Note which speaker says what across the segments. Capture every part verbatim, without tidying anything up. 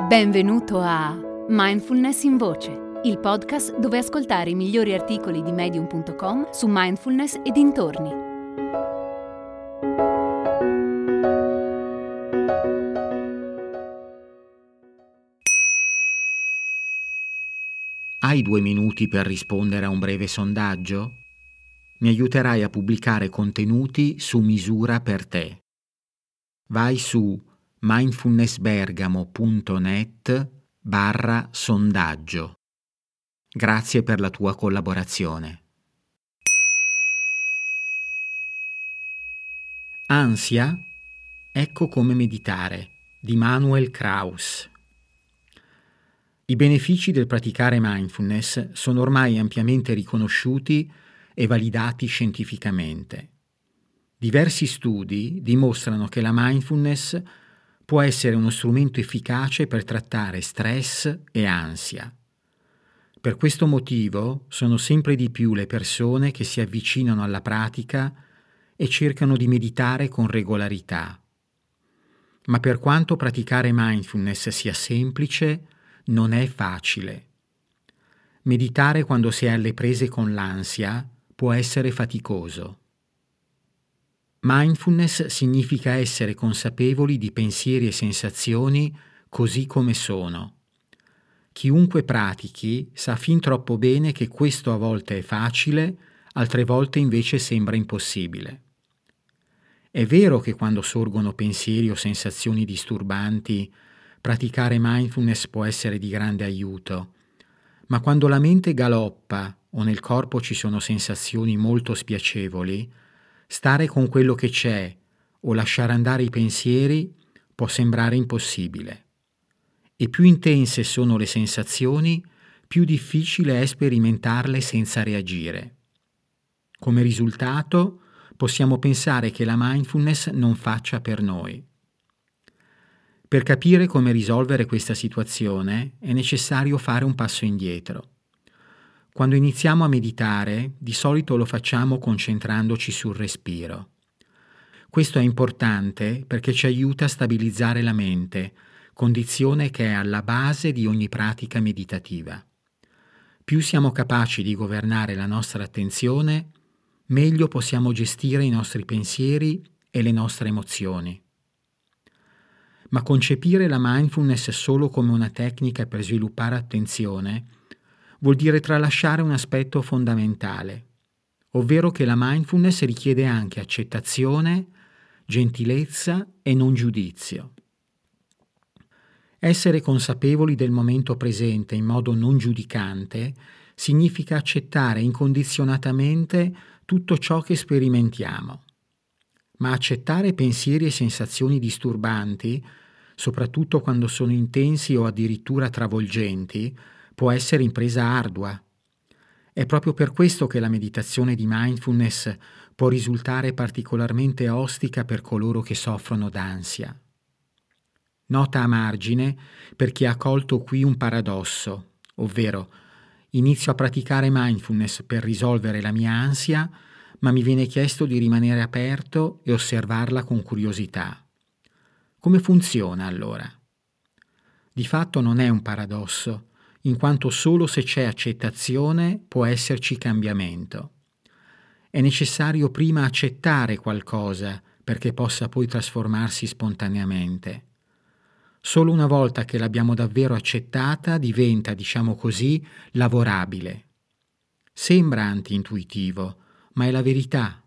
Speaker 1: Benvenuto a Mindfulness in Voce, il podcast dove ascoltare i migliori articoli di medium punto com su mindfulness e dintorni.
Speaker 2: Hai due minuti per rispondere a un breve sondaggio? Mi aiuterai a pubblicare contenuti su misura per te. Vai su mindfulnessbergamo.net barra sondaggio. Grazie per la tua collaborazione. Ansia? Ecco come meditare, di Manuel Kraus. I benefici del praticare mindfulness sono ormai ampiamente riconosciuti e validati scientificamente. Diversi studi dimostrano che la mindfulness può essere uno strumento efficace per trattare stress e ansia. Per questo motivo sono sempre di più le persone che si avvicinano alla pratica e cercano di meditare con regolarità. Ma per quanto praticare mindfulness sia semplice, non è facile. Meditare quando si è alle prese con l'ansia può essere faticoso. Mindfulness significa essere consapevoli di pensieri e sensazioni così come sono. Chiunque pratichi sa fin troppo bene che questo a volte è facile, altre volte invece sembra impossibile. È vero che quando sorgono pensieri o sensazioni disturbanti, praticare mindfulness può essere di grande aiuto, ma quando la mente galoppa o nel corpo ci sono sensazioni molto spiacevoli, stare con quello che c'è o lasciare andare i pensieri può sembrare impossibile. E più intense sono le sensazioni, più difficile è sperimentarle senza reagire. Come risultato, possiamo pensare che la mindfulness non faccia per noi. Per capire come risolvere questa situazione è necessario fare un passo indietro. Quando iniziamo a meditare, di solito lo facciamo concentrandoci sul respiro. Questo è importante perché ci aiuta a stabilizzare la mente, condizione che è alla base di ogni pratica meditativa. Più siamo capaci di governare la nostra attenzione, meglio possiamo gestire i nostri pensieri e le nostre emozioni. Ma concepire la mindfulness solo come una tecnica per sviluppare attenzione vuol dire tralasciare un aspetto fondamentale, ovvero che la mindfulness richiede anche accettazione, gentilezza e non giudizio. Essere consapevoli del momento presente in modo non giudicante significa accettare incondizionatamente tutto ciò che sperimentiamo. Ma accettare pensieri e sensazioni disturbanti, soprattutto quando sono intensi o addirittura travolgenti, può essere impresa ardua. È proprio per questo che la meditazione di mindfulness può risultare particolarmente ostica per coloro che soffrono d'ansia. Nota a margine per chi ha colto qui un paradosso, ovvero inizio a praticare mindfulness per risolvere la mia ansia, ma mi viene chiesto di rimanere aperto e osservarla con curiosità. Come funziona allora? Di fatto non è un paradosso, in quanto solo se c'è accettazione può esserci cambiamento. È necessario prima accettare qualcosa perché possa poi trasformarsi spontaneamente. Solo una volta che l'abbiamo davvero accettata diventa, diciamo così, lavorabile. Sembra anti-intuitivo, ma è la verità.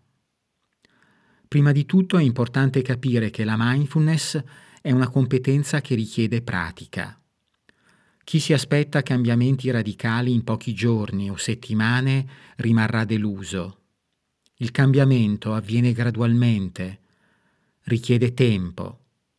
Speaker 2: Prima di tutto è importante capire che la mindfulness è una competenza che richiede pratica. Chi si aspetta cambiamenti radicali in pochi giorni o settimane rimarrà deluso. Il cambiamento avviene gradualmente, richiede tempo.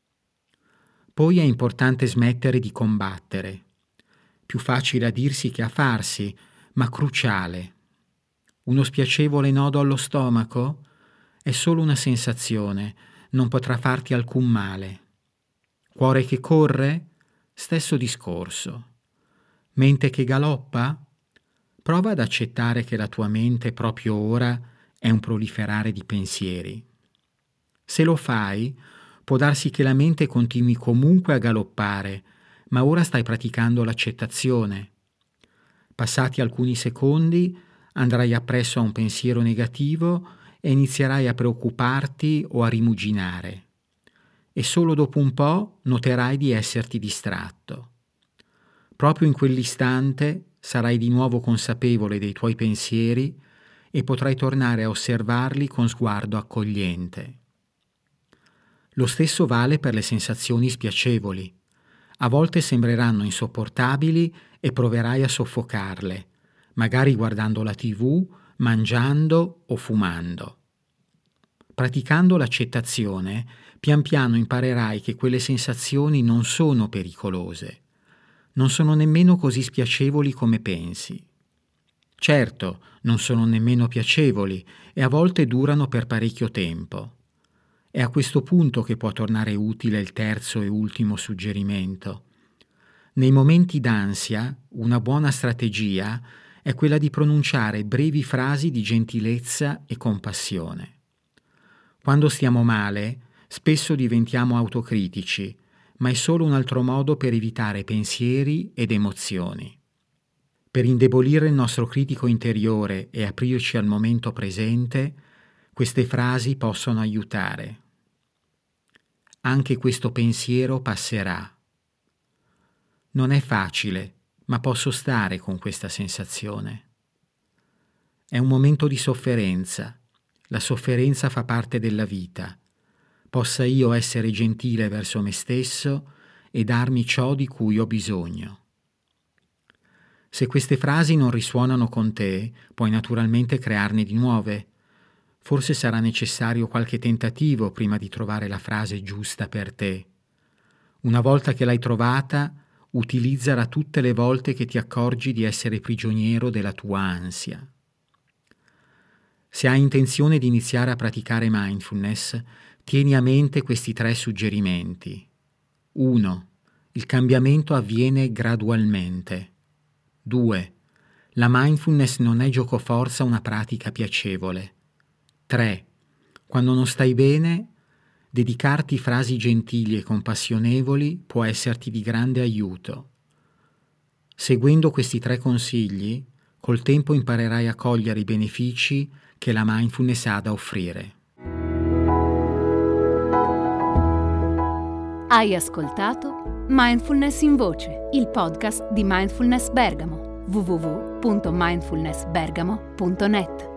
Speaker 2: Poi è importante smettere di combattere. Più facile a dirsi che a farsi, ma cruciale. Uno spiacevole nodo allo stomaco? È solo una sensazione, non potrà farti alcun male. Cuore che corre? Stesso discorso. Mente che galoppa? Prova ad accettare che la tua mente proprio ora è un proliferare di pensieri. Se lo fai, può darsi che la mente continui comunque a galoppare, ma ora stai praticando l'accettazione. Passati alcuni secondi andrai appresso a un pensiero negativo e inizierai a preoccuparti o a rimuginare. E solo dopo un po' noterai di esserti distratto. Proprio in quell'istante sarai di nuovo consapevole dei tuoi pensieri e potrai tornare a osservarli con sguardo accogliente. Lo stesso vale per le sensazioni spiacevoli. A volte sembreranno insopportabili e proverai a soffocarle, magari guardando la tivù, mangiando o fumando. Praticando l'accettazione, pian piano imparerai che quelle sensazioni non sono pericolose, non sono nemmeno così spiacevoli come pensi. Certo, non sono nemmeno piacevoli e a volte durano per parecchio tempo. È a questo punto che può tornare utile il terzo e ultimo suggerimento. Nei momenti d'ansia, una buona strategia è quella di pronunciare brevi frasi di gentilezza e compassione. Quando stiamo male, spesso diventiamo autocritici, ma è solo un altro modo per evitare pensieri ed emozioni. Per indebolire il nostro critico interiore e aprirci al momento presente, queste frasi possono aiutare. Anche questo pensiero passerà. Non è facile, ma posso stare con questa sensazione. È un momento di sofferenza. La sofferenza fa parte della vita. Possa io essere gentile verso me stesso e darmi ciò di cui ho bisogno. Se queste frasi non risuonano con te, puoi naturalmente crearne di nuove. Forse sarà necessario qualche tentativo prima di trovare la frase giusta per te. Una volta che l'hai trovata, utilizzala tutte le volte che ti accorgi di essere prigioniero della tua ansia. Se hai intenzione di iniziare a praticare mindfulness, tieni a mente questi tre suggerimenti. uno. Il cambiamento avviene gradualmente. due. La mindfulness non è giocoforza una pratica piacevole. tre. Quando non stai bene, dedicarti frasi gentili e compassionevoli può esserti di grande aiuto. Seguendo questi tre consigli, col tempo imparerai a cogliere i benefici che la mindfulness ha da offrire.
Speaker 1: Hai ascoltato Mindfulness in Voce, il podcast di Mindfulness Bergamo, w w w punto mindfulness bergamo punto net.